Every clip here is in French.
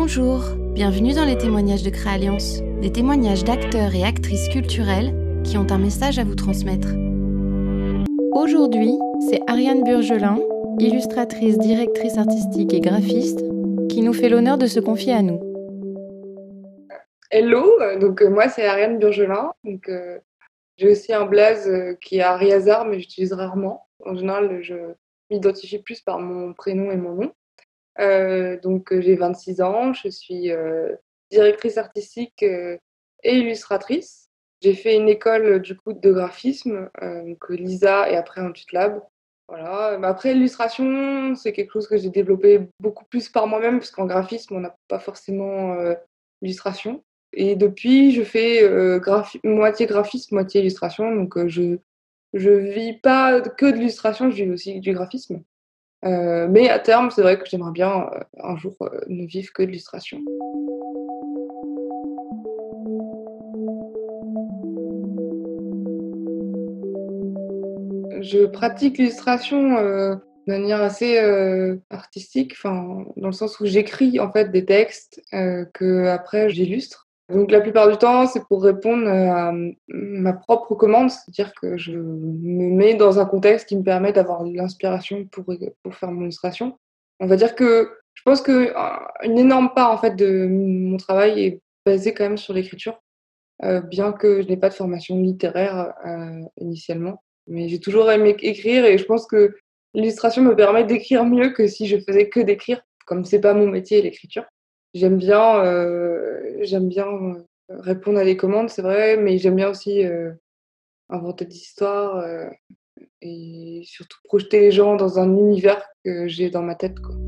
Bonjour, bienvenue dans les témoignages de Créalliance, des témoignages d'acteurs et actrices culturelles qui ont un message à vous transmettre. Aujourd'hui, c'est Ariane Burgelin, illustratrice, directrice artistique et graphiste, qui nous fait l'honneur de se confier à nous. Hello, moi c'est Ariane Burgelin. J'ai aussi un blaze qui est Ari Hazard, mais j'utilise rarement. En général, je m'identifie plus par mon prénom et mon nom. J'ai 26 ans, je suis directrice artistique et illustratrice. J'ai fait une école du coup de graphisme, Lisa et après un tutelab. Voilà. Mais après, l'illustration, c'est quelque chose que j'ai développé beaucoup plus par moi-même, parce qu'en graphisme, on n'a pas forcément illustration. Et depuis, je fais moitié graphisme, moitié illustration. Je vis pas que de l'illustration, je vis aussi du graphisme. Mais à terme, c'est vrai que j'aimerais bien un jour ne vivre que de l'illustration. Je pratique l'illustration de manière assez artistique, dans le sens où j'écris en fait des textes que après j'illustre. Donc la plupart du temps, c'est pour répondre à ma propre commande, c'est-à-dire que je me mets dans un contexte qui me permet d'avoir l'inspiration pour faire mon illustration. On va dire que je pense que une énorme part en fait de mon travail est basée quand même sur l'écriture, bien que je n'ai pas de formation littéraire initialement. Mais j'ai toujours aimé écrire et je pense que l'illustration me permet d'écrire mieux que si je faisais que d'écrire, comme c'est pas mon métier, l'écriture. J'aime bien répondre à des commandes, c'est vrai, mais j'aime bien aussi inventer des histoires et surtout projeter les gens dans un univers que j'ai dans ma tête, quoi.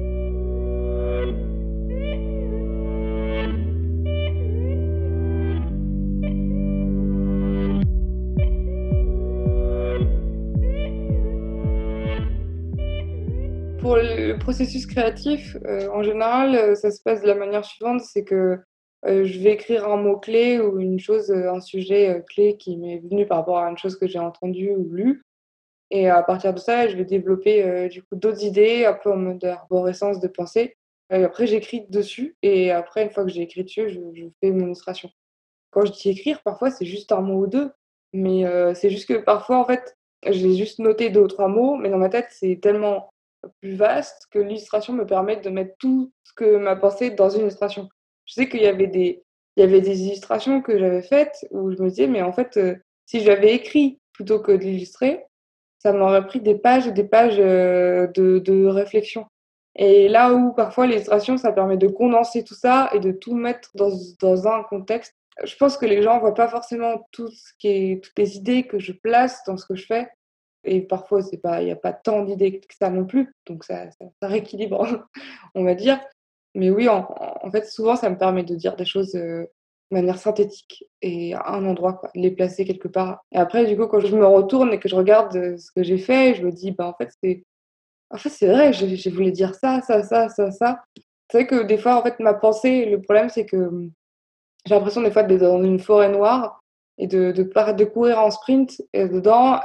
Pour le processus créatif, en général, ça se passe de la manière suivante, c'est que je vais écrire un mot-clé ou une chose, un sujet clé qui m'est venu par rapport à une chose que j'ai entendue ou lue. Et à partir de ça, je vais développer du coup d'autres idées, un peu en mode arborescence de pensée. Après, j'écris dessus et après, une fois que j'ai écrit dessus, je fais mon illustration. Quand je dis écrire, parfois, c'est juste un mot ou deux, mais c'est juste que parfois, en fait, j'ai juste noté 2 ou 3 mots, mais dans ma tête, c'est tellement plus vaste que l'illustration me permet de mettre tout ce que ma pensée dans une illustration. Je sais qu'il y avait des illustrations que j'avais faites où je me disais: «Mais en fait, si j'avais écrit plutôt que de l'illustrer, ça m'aurait pris des pages et des pages, de réflexion». Et là où parfois l'illustration, ça permet de condenser tout ça et de tout mettre dans un contexte. Je pense que les gens voient pas forcément toutes les idées que je place dans ce que je fais et parfois c'est pas il y a pas tant d'idées que ça non plus, donc ça rééquilibre, on va dire. Mais oui, en fait, souvent, ça me permet de dire des choses, de manière synthétique et à un endroit, quoi, de les placer quelque part. Et après, du coup, quand je me retourne et que je regarde, ce que j'ai fait, je me dis: «Bah, en fait, c'est vrai, j'ai voulu dire ça, ça, ça, ça, ça». C'est vrai que des fois, en fait, ma pensée, le problème, c'est que, j'ai l'impression des fois d'être dans une forêt noire et de courir en sprint, dedans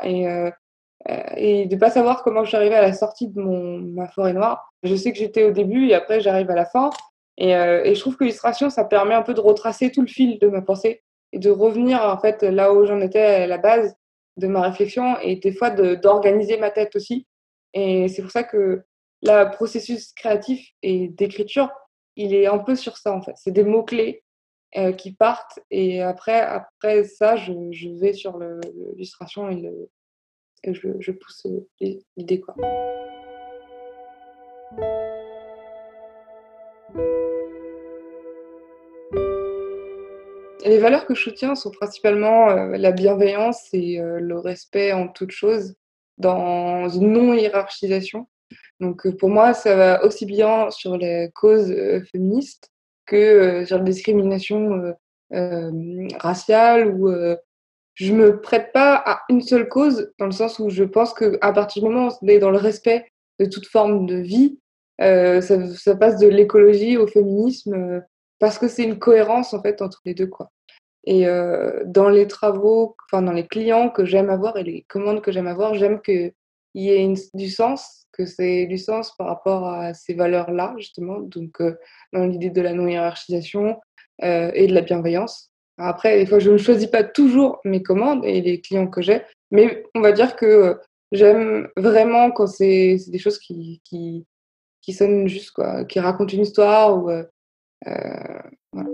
et de pas savoir comment je suis arrivée à la sortie de ma forêt noire. Je sais que j'étais au début et après j'arrive à la fin et je trouve que l'illustration, ça permet un peu de retracer tout le fil de ma pensée et de revenir en fait là où j'en étais à la base de ma réflexion et des fois d'organiser ma tête aussi. Et c'est pour ça que le processus créatif et d'écriture, il est un peu sur ça en fait. C'est des mots-clés qui partent et après ça, je vais sur l'illustration et je pousse l'idée, quoi. Et les valeurs que je soutiens sont principalement la bienveillance et le respect en toute chose, dans une non-hiérarchisation. Pour moi, ça va aussi bien sur les causes féministes que sur la discrimination raciale ou je me prête pas à une seule cause, dans le sens où je pense qu'à partir du moment où on est dans le respect de toute forme de vie, ça passe de l'écologie au féminisme, parce que c'est une cohérence, en fait, entre les 2, quoi. Et dans les travaux, enfin, dans les clients que j'aime avoir et les commandes que j'aime avoir, j'aime que y ait du sens, que c'est du sens par rapport à ces valeurs-là, justement, donc dans l'idée de la non-hiérarchisation et de la bienveillance. Après, des fois, je ne choisis pas toujours mes commandes et les clients que j'ai, mais on va dire que j'aime vraiment quand c'est des choses qui sonnent juste, quoi, qui racontent une histoire ou voilà.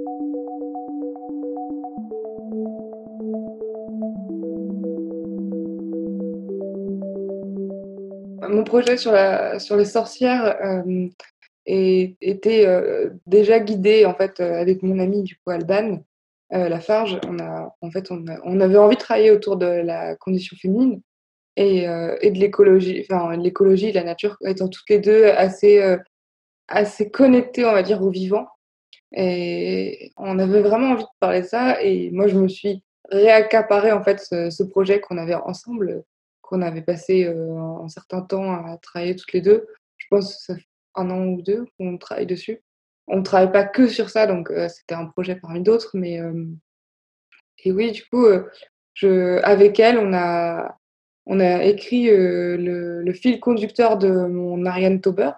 Mon projet sur les sorcières, était, déjà guidé en fait, avec mon amie du coup Alban Lafarge. On avait envie de travailler autour de la condition féminine et de l'écologie, enfin de l'écologie et de la nature étant toutes les 2 assez connectées, on va dire, au vivant et on avait vraiment envie de parler de ça et moi je me suis réaccaparé en fait ce projet qu'on avait ensemble, qu'on avait passé, un certain temps à travailler toutes les 2. Je pense que ça fait 1 an ou 2 qu'on travaille dessus. On ne travaille pas que sur ça donc c'était un projet parmi d'autres mais et oui du coup, je avec elle on a écrit, le fil conducteur de mon Ariane Tauber.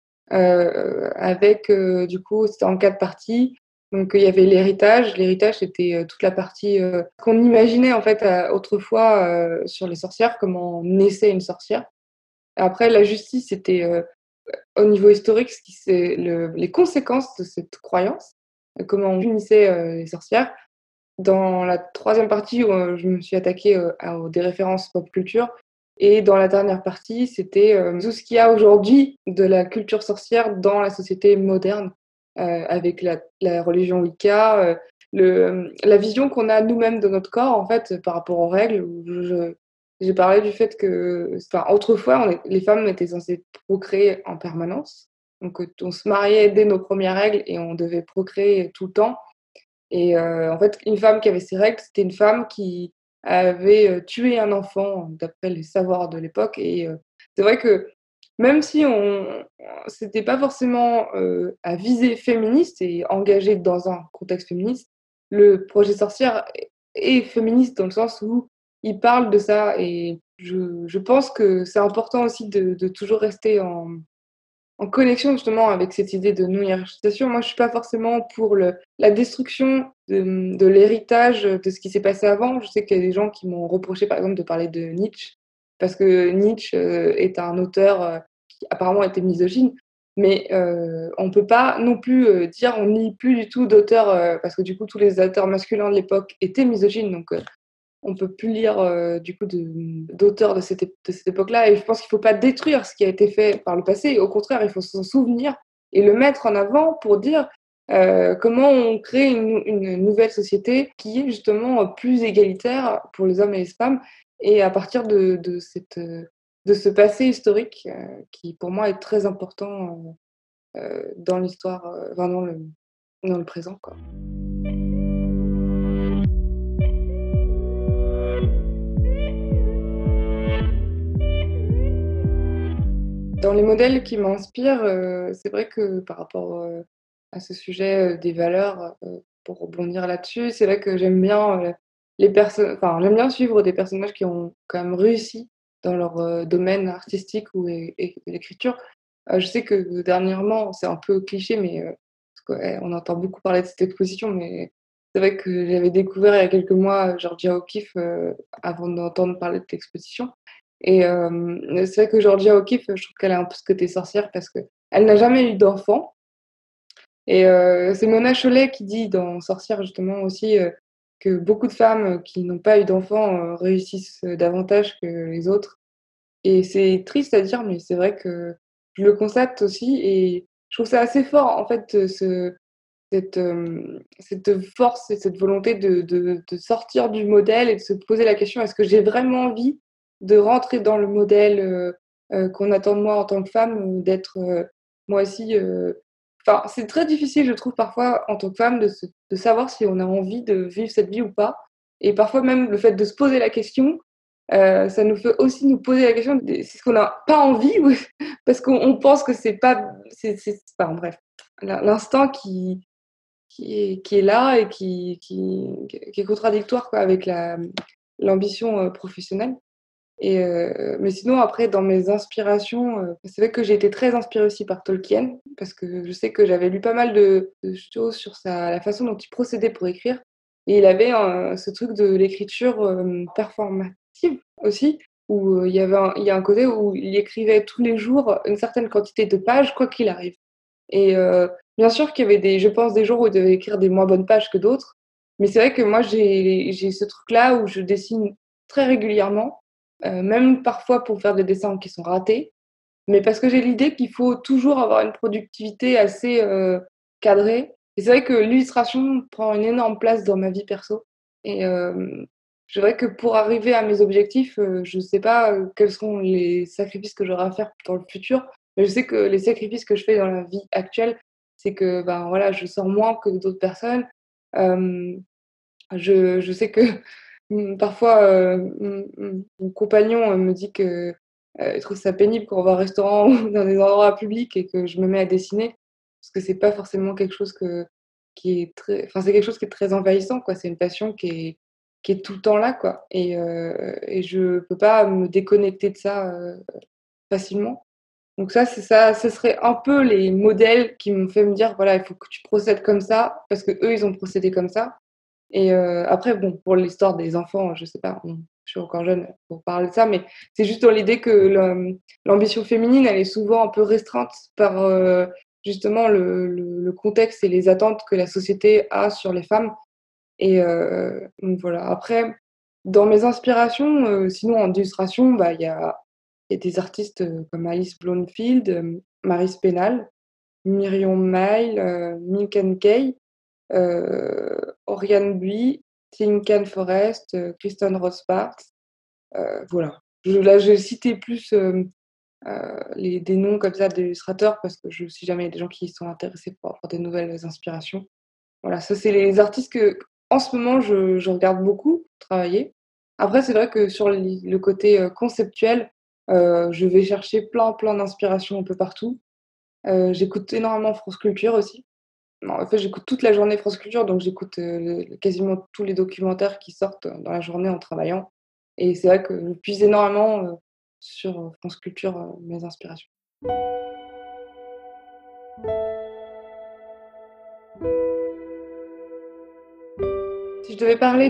Avec, du coup, c'était en 4 parties. Donc, il y avait l'héritage. L'héritage, c'était, toute la partie, qu'on imaginait en fait, autrefois, sur les sorcières, comment naissait une sorcière. Après la justice, c'était, au niveau historique, ce qui c'est les conséquences de cette croyance, comment on punissait, les sorcières. Dans la troisième partie, je me suis attaquée, aux des références pop culture et dans la dernière partie, c'était, tout ce qu'il y a aujourd'hui de la culture sorcière dans la société moderne, avec la religion Wicca, la vision qu'on a nous-mêmes de notre corps, en fait, par rapport aux règles, où j'ai parlé du fait que enfin, autrefois, les femmes étaient censées procréer en permanence. Donc, on se mariait dès nos premières règles et on devait procréer tout le temps. Et en fait, une femme qui avait ses règles, c'était une femme qui avait, tué un enfant d'après les savoirs de l'époque et c'est vrai que même si c'était pas forcément, à visée féministe et engagé dans un contexte féministe, le projet Sorcière est féministe dans le sens où il parle de ça et je pense que c'est important aussi de toujours rester en connexion justement avec cette idée de non-hiérarchisation. Moi, je suis pas forcément pour la destruction de l'héritage de ce qui s'est passé avant. Je sais qu'il y a des gens qui m'ont reproché, par exemple, de parler de Nietzsche, parce que Nietzsche est un auteur qui apparemment était misogyne. Mais on peut pas non plus dire on nie plus du tout d'auteurs, parce que du coup, tous les auteurs masculins de l'époque étaient misogynes. Donc, on peut plus lire du coup d'auteurs de cette époque-là et je pense qu'il faut pas détruire ce qui a été fait par le passé. Au contraire, il faut s'en souvenir et le mettre en avant pour dire comment on crée une nouvelle société qui est justement plus égalitaire pour les hommes et les femmes et à partir de ce passé historique qui pour moi est très important dans l'histoire, enfin dans le présent, quoi. Dans les modèles qui m'inspirent, c'est vrai que par rapport, à ce sujet, des valeurs, pour rebondir là-dessus, c'est vrai que j'aime bien, les personnes enfin, j'aime bien suivre des personnages qui ont quand même réussi dans leur, domaine artistique ou et l'écriture. Je sais que dernièrement, c'est un peu cliché, mais parce qu'on entend beaucoup parler de cette exposition, mais c'est vrai que j'avais découvert il y a quelques mois, Georgia O'Keeffe, avant d'entendre parler de l'exposition et c'est vrai que Georgia O'Keeffe, je trouve qu'elle a un peu ce côté sorcière parce qu'elle n'a jamais eu d'enfant et c'est Mona Chollet qui dit dans Sorcière justement aussi, que beaucoup de femmes qui n'ont pas eu d'enfants, réussissent, davantage que les autres et c'est triste à dire, mais c'est vrai que je le constate aussi et je trouve ça assez fort en fait, cette force et cette volonté de sortir du modèle et de se poser la question: «Est-ce que j'ai vraiment envie de rentrer dans le modèle, qu'on attend de moi en tant que femme ou d'être, moi aussi, enfin, c'est très difficile, je trouve, parfois, en tant que femme, de savoir si on a envie de vivre cette vie ou pas et parfois même le fait de se poser la question, ça nous fait aussi nous poser la question de c'est ce qu'on n'a pas envie ou parce qu'on pense que c'est pas c'est enfin bref, l'instinct qui est là et qui est contradictoire quoi avec l'ambition, professionnelle Mais sinon après dans mes inspirations, c'est vrai que j'ai été très inspirée aussi par Tolkien parce que je sais que j'avais lu pas mal de choses sur la façon dont il procédait pour écrire et il avait ce truc de l'écriture, performative aussi où, il y a un côté où il écrivait tous les jours une certaine quantité de pages quoi qu'il arrive et bien sûr qu'il y avait je pense des jours où il devait écrire des moins bonnes pages que d'autres, mais c'est vrai que moi j'ai ce truc-là où je dessine très régulièrement, même parfois pour faire des dessins qui sont ratés, mais parce que j'ai l'idée qu'il faut toujours avoir une productivité assez, cadrée et c'est vrai que l'illustration prend une énorme place dans ma vie perso et c'est vrai que pour arriver à mes objectifs, je sais pas, quels seront les sacrifices que j'aurai à faire dans le futur, mais je sais que les sacrifices que je fais dans la vie actuelle, c'est que, ben, voilà, je sors moins que d'autres personnes. Hem, je sais que, parfois, mon compagnon, me dit que, il trouve ça pénible quand on va au restaurant ou dans des endroits publics et que je me mets à dessiner, parce que c'est pas forcément quelque chose qui est très enfin, c'est quelque chose qui est très envahissant, quoi. C'est une passion qui est tout le temps là, quoi et je peux pas me déconnecter de ça, facilement. Donc ça, ce serait un peu les modèles qui m'ont fait me dire: «Voilà, il faut que tu procèdes comme ça», parce qu'eux, ils ont procédé comme ça et après bon, pour l'histoire des enfants, je sais pas, je suis encore jeune pour parler de ça, mais c'est juste dans l'idée que l'ambition féminine, elle est souvent un peu restreinte par, justement le contexte et les attentes que la société a sur les femmes et donc voilà. Après, dans mes inspirations, sinon en illustration, bah, il y a des artistes, comme Alice Bloomfield, Maryse Pénal, Miriam Maille, Minken Kay, Oriane Buy, Tinkan Forest, Kristen Rothbard, voilà. Là, j'ai cité plus, des noms comme ça d'illustrateurs parce que si jamais il y a des gens qui sont intéressés pour avoir des nouvelles inspirations. Voilà, ça c'est les artistes que en ce moment je regarde beaucoup travailler. Après c'est vrai que sur le côté, conceptuel, je vais chercher plein d'inspirations un peu partout. J'écoute énormément France Culture aussi. Non, en fait, j'écoute toute la journée France Culture, donc j'écoute, quasiment tous les documentaires qui sortent dans la journée en travaillant et c'est vrai que je puise énormément, sur, France Culture, mes inspirations. Si je devais parler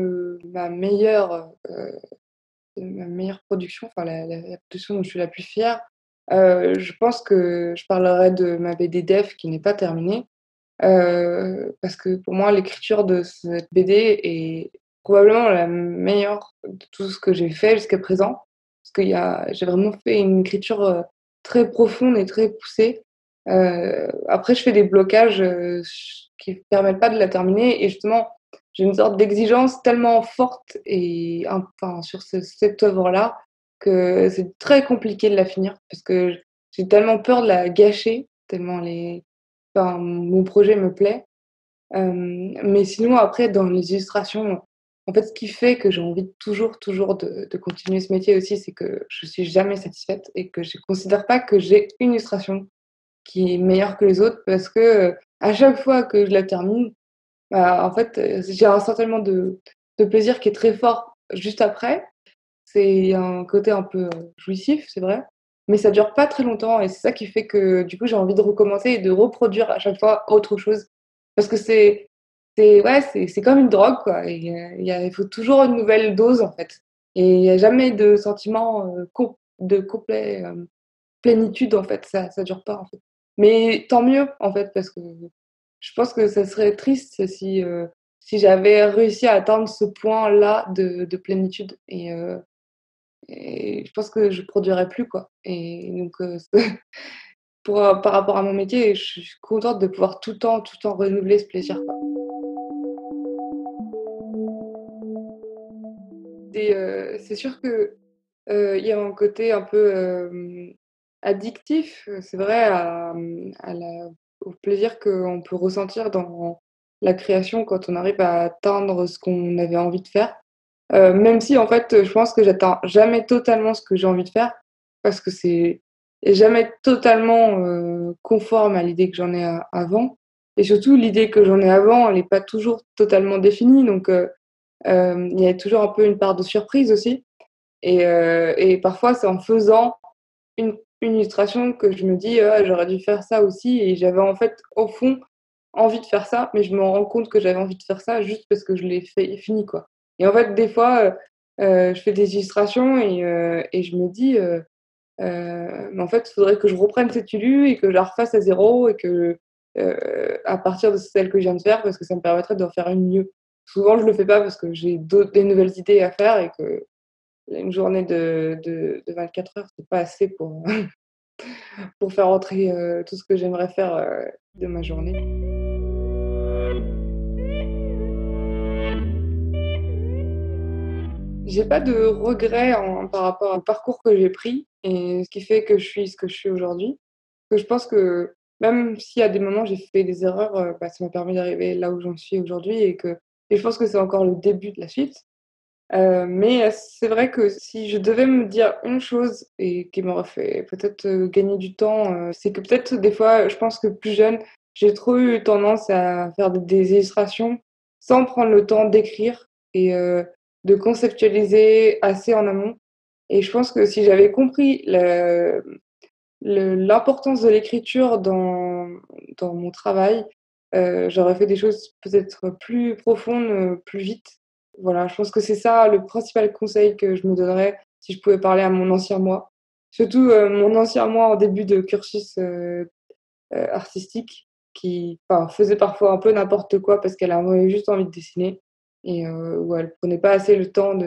de ma meilleure production, enfin la production dont je suis la plus fière, je pense que je parlerais de ma BD Def qui n'est pas terminée. Parce que pour moi, l'écriture de cette BD est probablement la meilleure de tout ce que j'ai fait jusqu'à présent. Parce j'ai vraiment fait une écriture, très profonde et très poussée. Après je fais des blocages, qui permettent pas de la terminer et justement, j'ai une sorte d'exigence tellement forte et enfin sur cette œuvre-là, que c'est très compliqué de la finir parce que j'ai tellement peur de la gâcher, tellement enfin, mon projet me plaît. Mais sinon après dans les illustrations, en fait, ce qui fait que j'ai envie toujours de continuer ce métier aussi, c'est que je suis jamais satisfaite et que je considère pas que j'ai une illustration qui est meilleure que les autres parce que, à chaque fois que je la termine, bah, en fait, j'ai un sentiment de plaisir qui est très fort juste après. C'est un côté un peu, jouissif, c'est vrai, mais ça dure pas très longtemps et c'est ça qui fait que, du coup, j'ai envie de recommencer et de reproduire à chaque fois autre chose. Parce que c'est comme une drogue, quoi et il faut toujours une nouvelle dose, en fait et il y a jamais de sentiment, de complet, plénitude, en fait, ça dure pas, en fait. Mais tant mieux, en fait, parce que je pense que ça serait triste si j'avais réussi à atteindre ce point-là de plénitude et je pense que je produirais plus, quoi et donc par rapport à mon métier, je suis contente de pouvoir tout le temps renouveler ce plaisir, quoi. C'est sûr que, il y a un côté un peu, addictif, c'est vrai au plaisir qu'on peut ressentir dans la création quand on arrive à atteindre ce qu'on avait envie de faire. Même si en fait, je pense que j'atteins jamais totalement ce que j'ai envie de faire, parce que c'est jamais totalement, conforme à l'idée que j'en ai avant et surtout l'idée que j'en ai avant, elle est pas toujours totalement définie donc il y a toujours un peu une part de surprise aussi Et parfois, c'est en faisant une illustration que je me dis: «Ah, j'aurais dû faire ça aussi» et j'avais en fait, au fond, envie de faire ça, mais je me rends compte que j'avais envie de faire ça juste parce que je l'ai fait fini, quoi. Et en fait, des fois, je fais des illustrations et je me dis, mais en fait, il faudrait que je reprenne cette illu et que je la refasse à zéro et que, à partir de celle que je viens de faire, parce que ça me permettrait d'en faire une mieux. Souvent, je le fais pas parce que j'ai des nouvelles idées à faire et que une journée de 24 heures, c'est pas assez pour, pour faire entrer, tout ce que j'aimerais faire, de ma journée. J'ai pas de regrets par rapport au parcours que j'ai pris et ce qui fait que je suis ce que je suis aujourd'hui. Que je pense que même si à des moments j'ai fait des erreurs, bah, ça m'a permis d'arriver là où j'en suis aujourd'hui et je pense que c'est encore le début de la suite. Mais c'est vrai que si je devais me dire une chose et qui m'aurait fait peut-être, gagner du temps, c'est que peut-être des fois, je pense que plus jeune, j'ai trop eu tendance à faire des illustrations sans prendre le temps d'écrire et de conceptualiser assez en amont et je pense que si j'avais compris l'importance de l'écriture dans mon travail, j'aurais fait des choses peut-être plus profondes, plus vite. Voilà, je pense que c'est ça le principal conseil que je me donnerais si je pouvais parler à mon ancien moi. Surtout, mon ancien moi en début de cursus, artistique qui, enfin, faisait parfois un peu n'importe quoi parce qu'elle avait juste envie de dessiner et où elle prenait pas assez le temps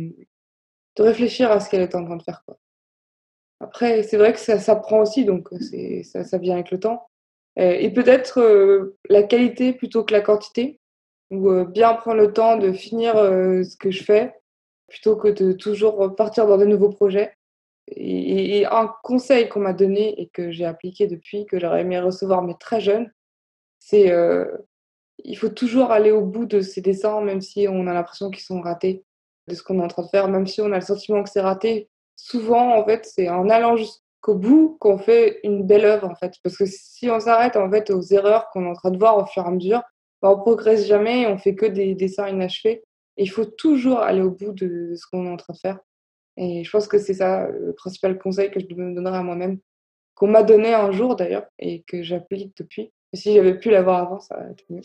de réfléchir à ce qu'elle était en train de faire, quoi. Après, c'est vrai que ça s'apprend aussi, donc ça vient avec le temps. Et peut-être, la qualité plutôt que la quantité, ou bien prendre le temps de finir, ce que je fais, plutôt que de toujours repartir dans de nouveaux projets. Et un conseil qu'on m'a donné et que j'ai appliqué depuis, que j'aurais aimé recevoir mais très jeune, c'est, il faut toujours aller au bout de ses dessins, même si on a l'impression qu'ils sont ratés, de ce qu'on est en train de faire, même si on a le sentiment que c'est raté. Souvent, en fait, c'est en allant jusqu'au bout qu'on fait une belle œuvre, en fait. Parce que si on s'arrête, en fait, aux erreurs qu'on est en train de voir au fur et à mesure, bah, on progresse jamais, on fait que des dessins inachevés. Et il faut toujours aller au bout de ce qu'on est en train de faire. Et je pense que c'est ça, le principal conseil que je me donnerais à moi-même, qu'on m'a donné un jour d'ailleurs et que j'applique depuis. Et si j'avais pu l'avoir avant, ça aurait été mieux.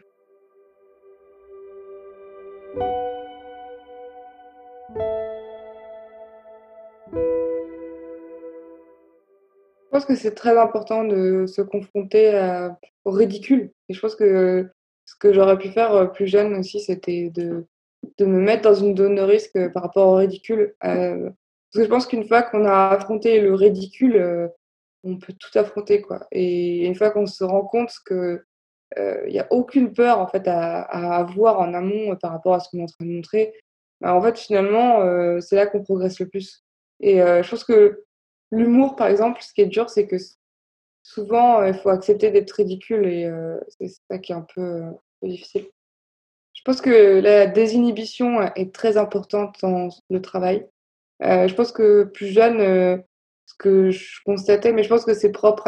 Je pense que c'est très important de se confronter au ridicule et je pense que ce que j'aurais pu faire, plus jeune aussi, c'était de me mettre dans une zone de risque, par rapport au ridicule, parce que je pense qu'une fois qu'on a affronté le ridicule, on peut tout affronter, quoi et une fois qu'on se rend compte que, il y a aucune peur, en fait, à avoir en amont, par rapport à ce qu'on est en train de montrer, bah, en fait, finalement, c'est là qu'on progresse le plus et je pense que l'humour, par exemple, ce qui est dur, c'est que souvent, il faut accepter d'être ridicule et c'est ça qui est un peu difficile. Je pense que la désinhibition est très importante dans le travail. Je pense que plus jeune, ce que je constatais, mais je pense que c'est propre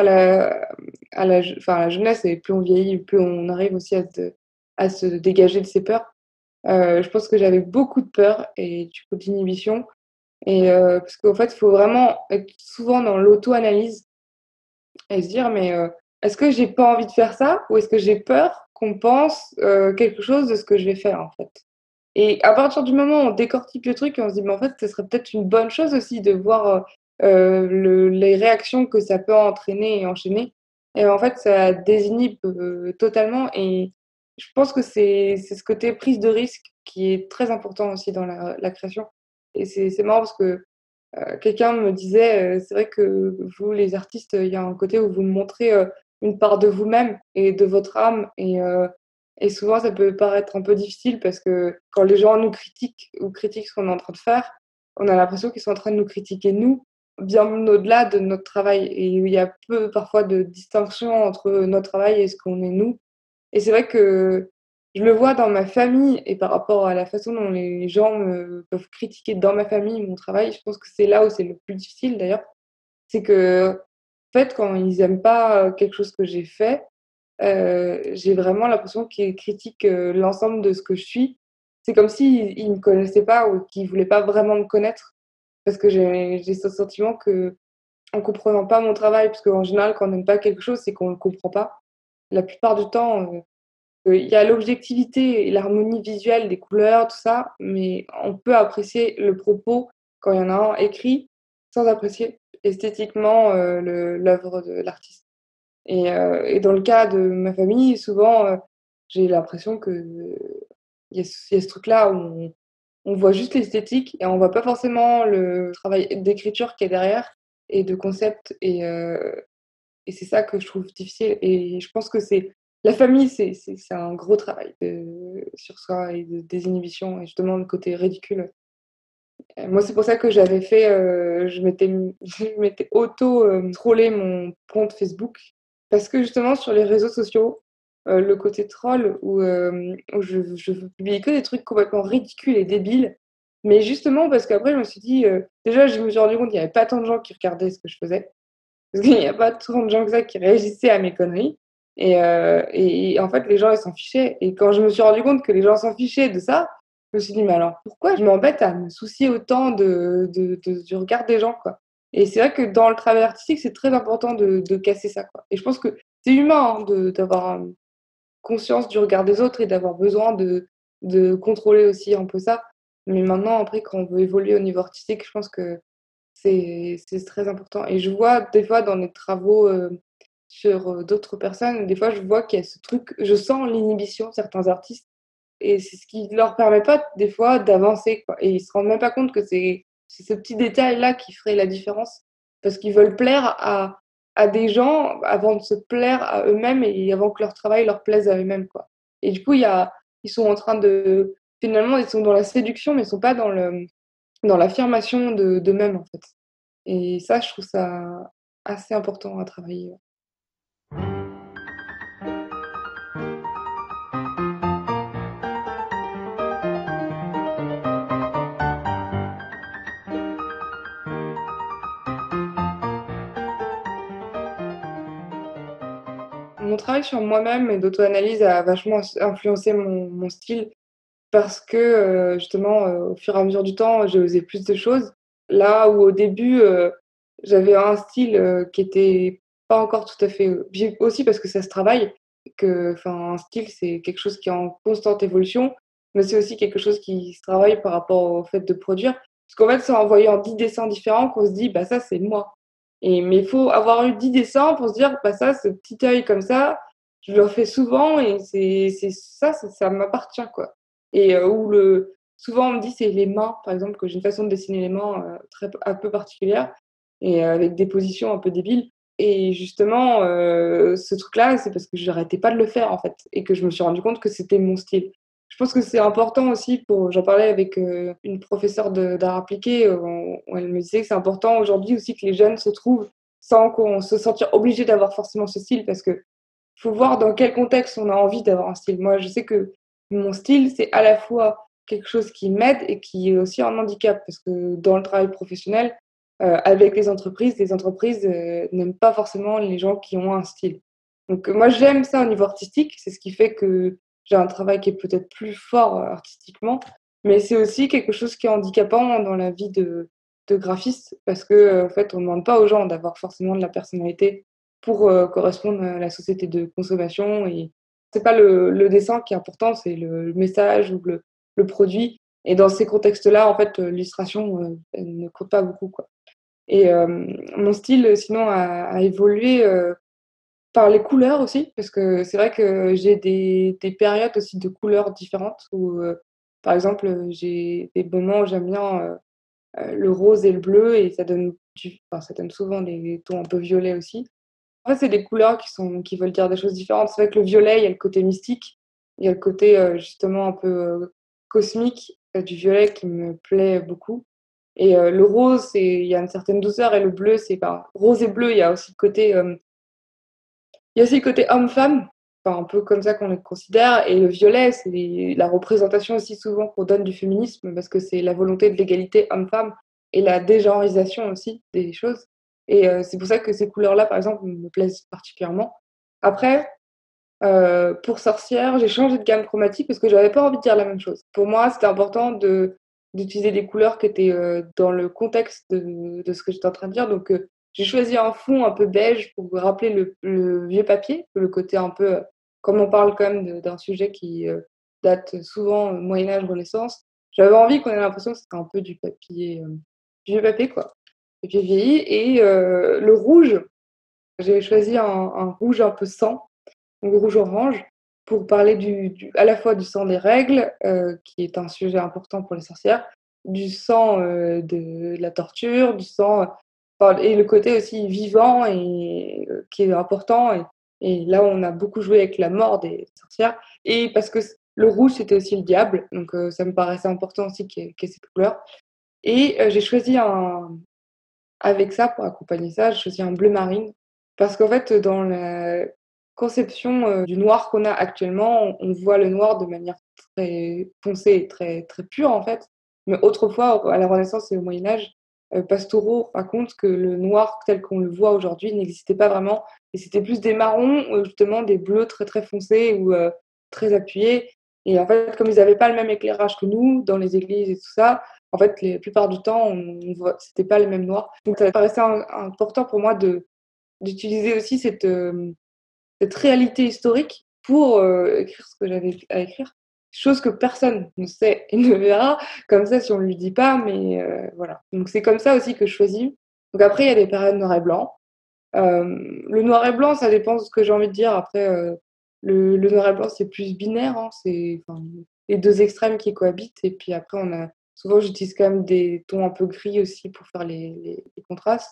à la jeunesse et plus on vieillit, plus on arrive aussi à se dégager de ses peurs. Je pense que j'avais beaucoup de peur et du coup d'inhibition et parce qu'en fait, il faut vraiment être souvent dans l'auto-analyse et se dire: «Mais, est-ce que j'ai pas envie de faire ça ou est-ce que j'ai peur qu'on pense, quelque chose de ce que je vais faire, en fait?» Et à partir du moment où on décortique le truc et on se dit: «Mais en fait, ce serait peut-être une bonne chose aussi de voir, les réactions que ça peut entraîner et enchaîner» et en fait, ça désinhibe, totalement et je pense que c'est ce côté prise de risque qui est très important aussi dans la création et c'est marrant parce que quelqu'un me disait, «C'est vrai que vous les artistes, il y a un côté où vous montrez, une part de vous-même et de votre âme» et souvent ça peut paraître un peu difficile parce que quand les gens nous critiquent ou critiquent ce qu'on est en train de faire, on a l'impression qu'ils sont en train de nous critiquer nous, bien au-delà de notre travail et il y a peu parfois de distinction entre notre travail et ce qu'on est nous et c'est vrai que je le vois dans ma famille et par rapport à la façon dont les gens peuvent critiquer dans ma famille mon travail, je pense que c'est là où c'est le plus difficile d'ailleurs. C'est qu'en fait, quand ils aiment pas, quelque chose que j'ai fait, j'ai vraiment l'impression qu'ils critiquent, l'ensemble de ce que je suis. C'est comme s'ils me connaissaient pas ou qu'ils voulaient pas vraiment me connaître parce que j'ai ce sentiment que en comprenant pas mon travail, parce qu'en général, quand on n'aime pas quelque chose, c'est qu'on le comprend pas. La plupart du temps, il y a l'objectivité et l'harmonie visuelle des couleurs, tout ça, mais on peut apprécier le propos quand il y en a un écrit, sans apprécier esthétiquement, l'œuvre de l'artiste. Et dans le cas de ma famille, souvent, j'ai l'impression qu'il y a ce truc-là où on voit juste l'esthétique et on voit pas forcément le travail d'écriture qu'il y a derrière et de concept et c'est ça que je trouve difficile et je pense que c'est la famille, c'est un gros travail sur soi et de désinhibition et justement le côté ridicule. Moi, c'est pour ça que j'avais fait, je m'étais auto, trollé mon compte Facebook parce que justement sur les réseaux sociaux, le côté troll où je publiais que des trucs complètement ridicules et débiles, mais justement parce qu'après je me suis dit, déjà je me suis rendu compte qu'il y avait pas tant de gens qui regardaient ce que je faisais. Parce qu'il y a pas tant de gens que ça qui réagissaient à mes conneries et en fait, les gens, ils s'en fichaient et quand je me suis rendu compte que les gens s'en fichaient de ça, je me suis dit: «Mais alors pourquoi je m'embête à me soucier autant du regard des gens, quoi?» Et c'est vrai que dans le travail artistique, c'est très important de casser ça, quoi et je pense que c'est humain, hein, d'avoir, conscience du regard des autres et d'avoir besoin de contrôler aussi un peu ça. Mais maintenant, après, quand on veut évoluer au niveau artistique, je pense que c'est très important et je vois des fois dans les travaux, sur, d'autres personnes, des fois je vois qu'il y a ce truc je sens l'inhibition de certains artistes et c'est ce qui leur permet pas des fois d'avancer, quoi et ils se rendent même pas compte que c'est ce petit détail-là qui ferait la différence. Parce qu'ils veulent plaire à des gens avant de se plaire à eux-mêmes et avant que leur travail leur plaise à eux-mêmes, quoi et du coup, ils sont en train de finalement, ils sont dans la séduction, mais ils sont pas dans l'affirmation d'eux-mêmes, en fait. Et ça, je trouve ça assez important à travailler, ouais. Mon travail sur moi-même et d'auto-analyse a vachement influencé mon style parce que, justement, au fur et à mesure du temps, j'ai osé plus de choses. Là où au début, j'avais un style, qui était pas encore tout à fait, puis aussi parce que ça se travaille, un style, c'est quelque chose qui est en constante évolution, mais c'est aussi quelque chose qui se travaille par rapport au fait de produire. Parce qu'en fait, c'est en voyant 10 dessins différents qu'on se dit: «Bah, ça, c'est moi». Mais il faut avoir eu 10 dessins pour se dire: «Bah, ça, ce petit œil comme ça, je le refais souvent et c'est ça, ça m'appartient, quoi». Ou souvent on me dit c'est les mains, par exemple, que j'ai une façon de dessiner les mains, un peu particulière avec des positions un peu débiles et justement, ce truc-là, c'est parce que j'arrêtais pas de le faire, en fait et que je me suis rendu compte que c'était mon style. Je pense que c'est important aussi j'en parlais avec, une professeure d'art appliqué, où elle me disait que c'est important aujourd'hui aussi que les jeunes se trouvent sans qu'on se sentir obligé d'avoir forcément ce style parce que faut voir dans quel contexte on a envie d'avoir un style. Moi, je sais que mon style, c'est à la fois quelque chose qui m'aide et qui est aussi un handicap parce que dans le travail professionnel, avec les entreprises, n'aiment pas forcément les gens qui ont un style. Donc moi, j'aime ça au niveau artistique, c'est ce qui fait que j'ai un travail qui est peut-être plus fort, artistiquement, mais c'est aussi quelque chose qui est handicapant dans la vie de graphiste parce que, en fait, on ne demande pas aux gens d'avoir forcément de la personnalité pour, correspondre à la société de consommation et c'est pas le dessin qui est important, c'est le message ou le produit et dans ces contextes-là, en fait, l'illustration, elle ne compte pas beaucoup, quoi mon style, sinon a évolué, par les couleurs aussi parce que c'est vrai que j'ai des périodes aussi de couleurs différentes où, par exemple, j'ai des moments où j'aime bien, le rose et le bleu et ça donne souvent des tons un peu violets aussi. En fait, c'est des couleurs qui veulent dire des choses différentes. C'est vrai que le violet, il y a le côté mystique, il y a le côté, justement un peu, cosmique, du violet qui me plaît beaucoup le rose, il y a une certaine douceur et le bleu, rose et bleu, il y a aussi le côté homme-femme, un peu comme ça qu'on les considère et le violet, c'est la représentation aussi souvent qu'on donne du féminisme parce que c'est la volonté de l'égalité homme-femme et la dégenreisation aussi des choses c'est pour ça que ces couleurs-là, par exemple, me plaisent particulièrement. Après, pour sorcière, j'ai changé de gamme chromatique parce que j'avais pas envie de dire la même chose. Pour moi, c'était important d'utiliser des couleurs qui étaient, dans le contexte de ce que j'étais en train de dire. Donc j'ai choisi un fond un peu beige pour rappeler le vieux papier, le côté un peu, comme on parle quand même d'un sujet qui, date souvent, Moyen Âge, Renaissance. J'avais envie qu'on ait l'impression que c'était un peu du papier, du vieux papier quoi, papier vieilli. Et le rouge, j'ai choisi un rouge un peu sang, donc rouge-orange, pour parler à la fois du sang des règles, qui est un sujet important pour les sorcières, du sang, de la torture, du sang, enfin et le côté aussi vivant et qui est important et là, on a beaucoup joué avec la mort des sorcières et parce que le rouge, c'était aussi le diable, donc ça me paraissait important aussi qu'il y ait cette couleur et j'ai choisi avec ça, pour accompagner ça, j'ai choisi un bleu marine parce qu'en fait, dans la conception, du noir qu'on a actuellement, on voit le noir de manière très foncée et très, très pure, en fait. Mais autrefois, à la Renaissance et au Moyen Âge, Pastoureau raconte que le noir tel qu'on le voit aujourd'hui n'existait pas vraiment et c'était plus des marrons, justement des bleus très, très foncés ou très appuyés et en fait, comme ils avaient pas le même éclairage que nous dans les églises et tout ça, en fait, la plupart du temps, on voit c'était pas les mêmes noirs. Donc ça paraissait important pour moi d'utiliser aussi cette réalité historique pour, écrire ce que j'avais à écrire. Chose que personne ne sait et ne verra, comme ça si on lui dit pas, mais voilà. Donc c'est comme ça aussi que je choisis. Donc après, il y a des périodes noir et blanc. Le noir et blanc, ça dépend de ce que j'ai envie de dire. Après, le noir et blanc, c'est plus binaire, hein, c'est enfin, les 2 extrêmes qui cohabitent et puis après on a souvent j'utilise quand même des tons un peu gris aussi pour faire les contrastes.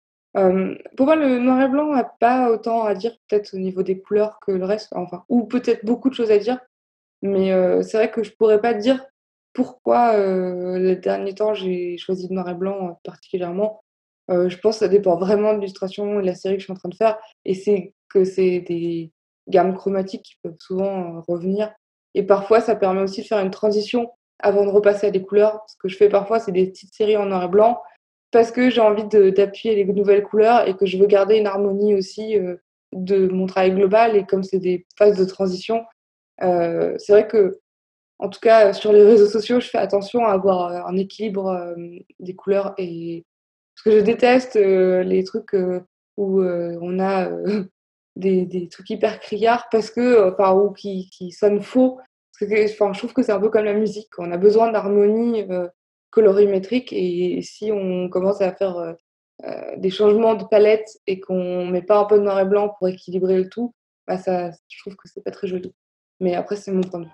Pour moi, le noir et blanc a pas autant à dire peut-être au niveau des couleurs que le reste, enfin ou peut-être beaucoup de choses à dire, mais c'est vrai que je pourrais pas dire pourquoi, les derniers temps j'ai choisi le noir et blanc, particulièrement. Je pense que ça dépend vraiment de l'illustration et de la série que je suis en train de faire et c'est des gammes chromatiques qui peuvent souvent, revenir et parfois ça permet aussi de faire une transition avant de repasser à des couleurs. Ce que je fais parfois, c'est des petites séries en noir et blanc parce que j'ai envie d'appuyer les nouvelles couleurs et que je veux garder une harmonie aussi, de mon travail global et comme c'est des phases de transition, c'est vrai que en tout cas, sur les réseaux sociaux, je fais attention à avoir, un équilibre, des couleurs et parce que je déteste, les trucs, où, on a, des trucs hyper criards parce que, enfin ou qui sonnent faux. Parce que enfin, je trouve que c'est un peu comme la musique, on a besoin d'harmonie, colorimétrique et si on commence à faire, des changements de palette et qu'on met pas un peu de noir et blanc pour équilibrer le tout, bah ça je trouve que c'est pas très joli. Mais après, c'est mon point de vue.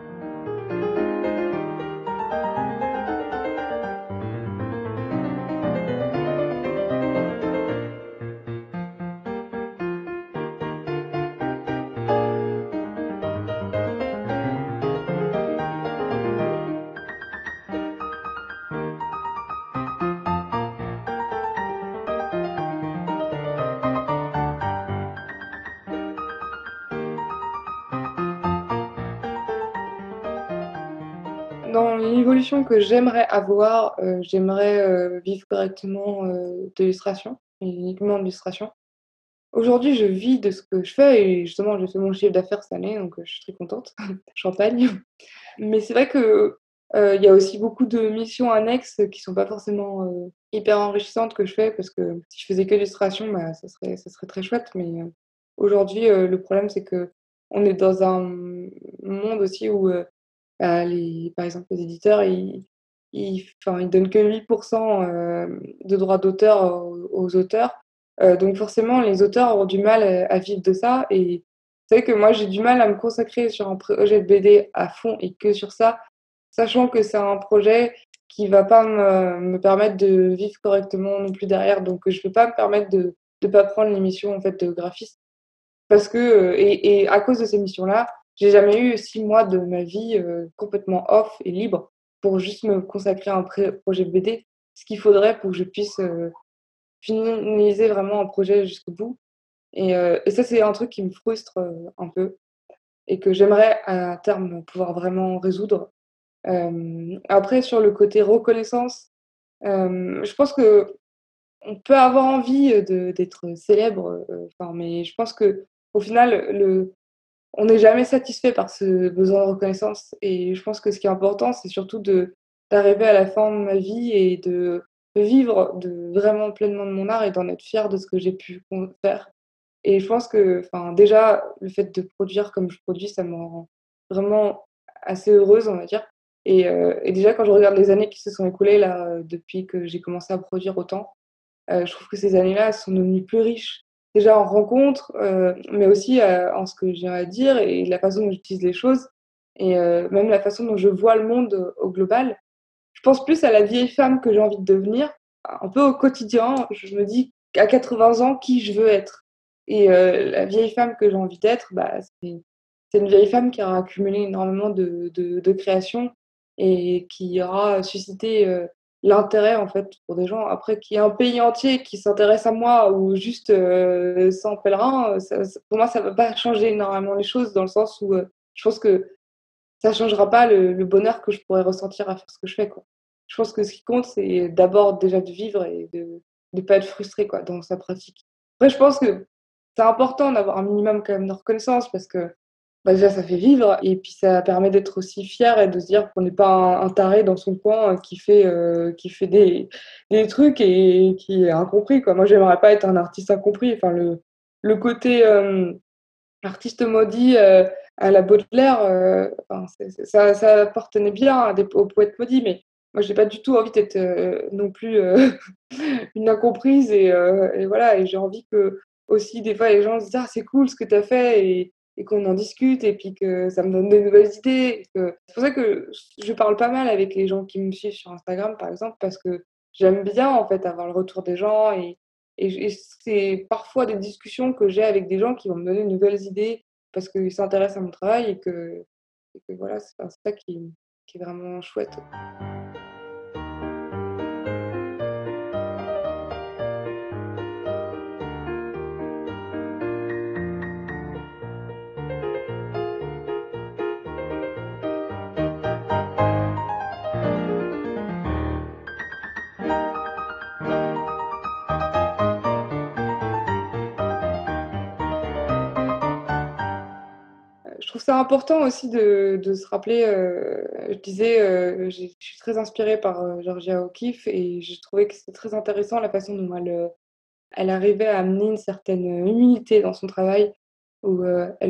Dans l'évolution que j'aimerais avoir, j'aimerais, vivre correctement, de l'illustration et uniquement de l'illustration. Aujourd'hui, je vis de ce que je fais et justement, j'ai fait mon chiffre d'affaires cette année, donc je suis très contente. Champagne. Mais c'est vrai que, il y a aussi beaucoup de missions annexes qui sont pas forcément, hyper enrichissantes que je fais parce que si je faisais que l'illustration, bah, ça serait très chouette. Mais, aujourd'hui, le problème, c'est qu'on est dans un monde aussi où, bah, par exemple, les éditeurs, enfin, ils donnent que 8 de droits d'auteur aux auteurs. Donc forcément, les auteurs ont du mal, à vivre de ça et c'est vrai que moi, j'ai du mal à me consacrer sur un projet de BD à fond et que sur ça, sachant que c'est un projet qui va pas me permettre de vivre correctement non plus derrière. Donc je peux pas me permettre de pas prendre l'émission, en fait, de graphiste. Parce que, et à cause de ces missions-là, j'ai jamais eu 6 mois de ma vie, complètement off et libre pour juste me consacrer à un projet de BD. Ce qu'il faudrait pour que je puisse, finaliser vraiment un projet jusqu'au bout et ça, c'est un truc qui me frustre, un peu et que j'aimerais à terme pouvoir vraiment résoudre. Après sur le côté reconnaissance, je pense que on peut avoir envie, d'être célèbre, enfin mais je pense qu'au final, on n'est jamais satisfait par ce besoin de reconnaissance et je pense que ce qui est important, c'est surtout de d'arriver à la fin de ma vie et de vivre vraiment pleinement de mon art et d'en être fière de ce que j'ai pu faire. Et je pense que, enfin, déjà, le fait de produire comme je produis, ça me rend vraiment assez heureuse, on va dire. Et déjà, quand je regarde les années qui se sont écoulées là, depuis que j'ai commencé à produire autant, je trouve que ces années-là, elles sont devenues plus riches. Déjà en rencontres, mais aussi, en ce que j'ai à dire et la façon dont j'utilise les choses et même la façon dont je vois le monde, au global. Je pense plus à la vieille femme que j'ai envie de devenir, un peu au quotidien. Je me dis à 80 ans qui je veux être et la vieille femme que j'ai envie d'être, bah, c'est une vieille femme qui aura accumulé énormément de créations et qui aura suscité, l'intérêt, en fait, pour des gens. Après qu'il y ait un pays entier qui s'intéresse à moi ou juste, 100 pèlerins, pour moi, ça va pas changer énormément les choses dans le sens où, je pense que ça changera pas le bonheur que je pourrais ressentir à faire ce que je fais, quoi. Je pense que ce qui compte, c'est d'abord déjà de vivre et de pas être frustré, quoi, dans sa pratique. Après, je pense que c'est important d'avoir un minimum quand même de reconnaissance parce que, bah, déjà ça fait vivre et puis ça permet d'être aussi fier et de se dire qu'on n'est pas un taré dans son coin, qui fait des trucs et qui est incompris, quoi. Moi, j'aimerais pas être un artiste incompris. Enfin le côté, artiste maudit, à la Baudelaire, enfin ça appartenait bien à des aux poètes maudits, mais moi j'ai pas du tout envie d'être, non plus, une incomprise et voilà et j'ai envie que aussi des fois les gens se disent: «Ah c'est cool ce que tu as fait» et qu'on en discute et puis que ça me donne de nouvelles idées, que c'est pour ça que je parle pas mal avec les gens qui me suivent sur Instagram, par exemple, parce que j'aime bien en fait avoir le retour des gens et c'est parfois des discussions que j'ai avec des gens qui vont me donner de nouvelles idées parce qu'ils s'intéressent à mon travail et que voilà, c'est enfin, c'est ça qui est vraiment chouette. Je trouve ça important aussi de se rappeler, je disais, je suis très inspirée par, Georgia O'Keeffe et j'ai trouvé que c'était très intéressant la façon dont elle arrivait à amener une certaine, humilité dans son travail où,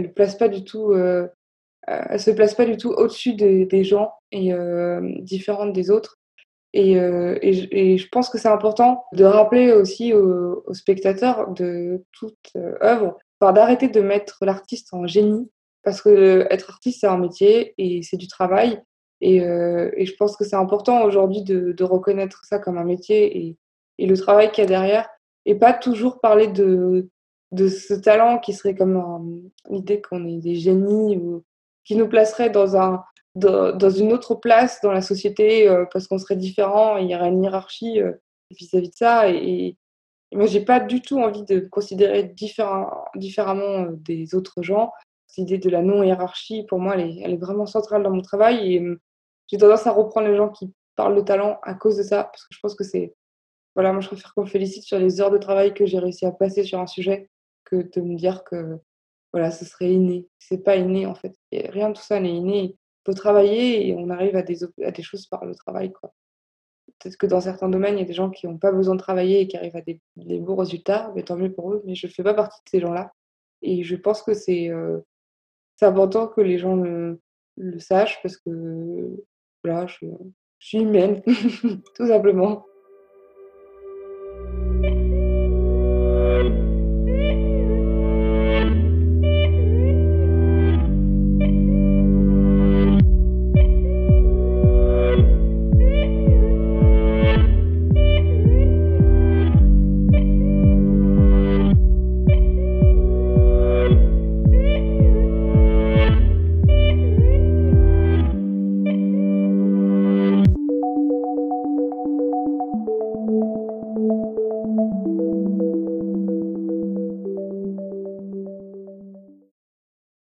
elle se place pas du tout au-dessus des gens et différente des autres et je pense que c'est important de rappeler aussi aux spectateurs de toute, œuvre, enfin d'arrêter de mettre l'artiste en génie parce qu'être artiste, c'est un métier et c'est du travail et je pense que c'est important aujourd'hui de reconnaître ça comme un métier et le travail qu'il y a derrière et pas toujours parler de ce talent qui serait comme l'idée qu'on est des génies ou qui nous placerait dans une autre place dans la société, parce qu'on serait différent et il y aurait une hiérarchie, vis-à-vis de ça et moi j'ai pas du tout envie de me considérer différemment, des autres gens. Cette idée de la non-hiérarchie pour moi elle est vraiment centrale dans mon travail et j'ai tendance à reprendre les gens qui parlent de talent à cause de ça, parce que je pense que c'est voilà, moi je préfère qu'on me félicite sur les heures de travail que j'ai réussi à passer sur un sujet que de me dire que voilà, ce serait inné. C'est pas inné, en fait et rien de tout ça n'est inné. Il faut travailler et on arrive à des choses par le travail, quoi. Peut-être que dans certains domaines, il y a des gens qui ont pas besoin de travailler et qui arrivent à des beaux résultats, mais tant mieux pour eux, mais je fais pas partie de ces gens-là et je pense que c'est important que les gens le sachent parce que, voilà, je suis humaine, tout simplement.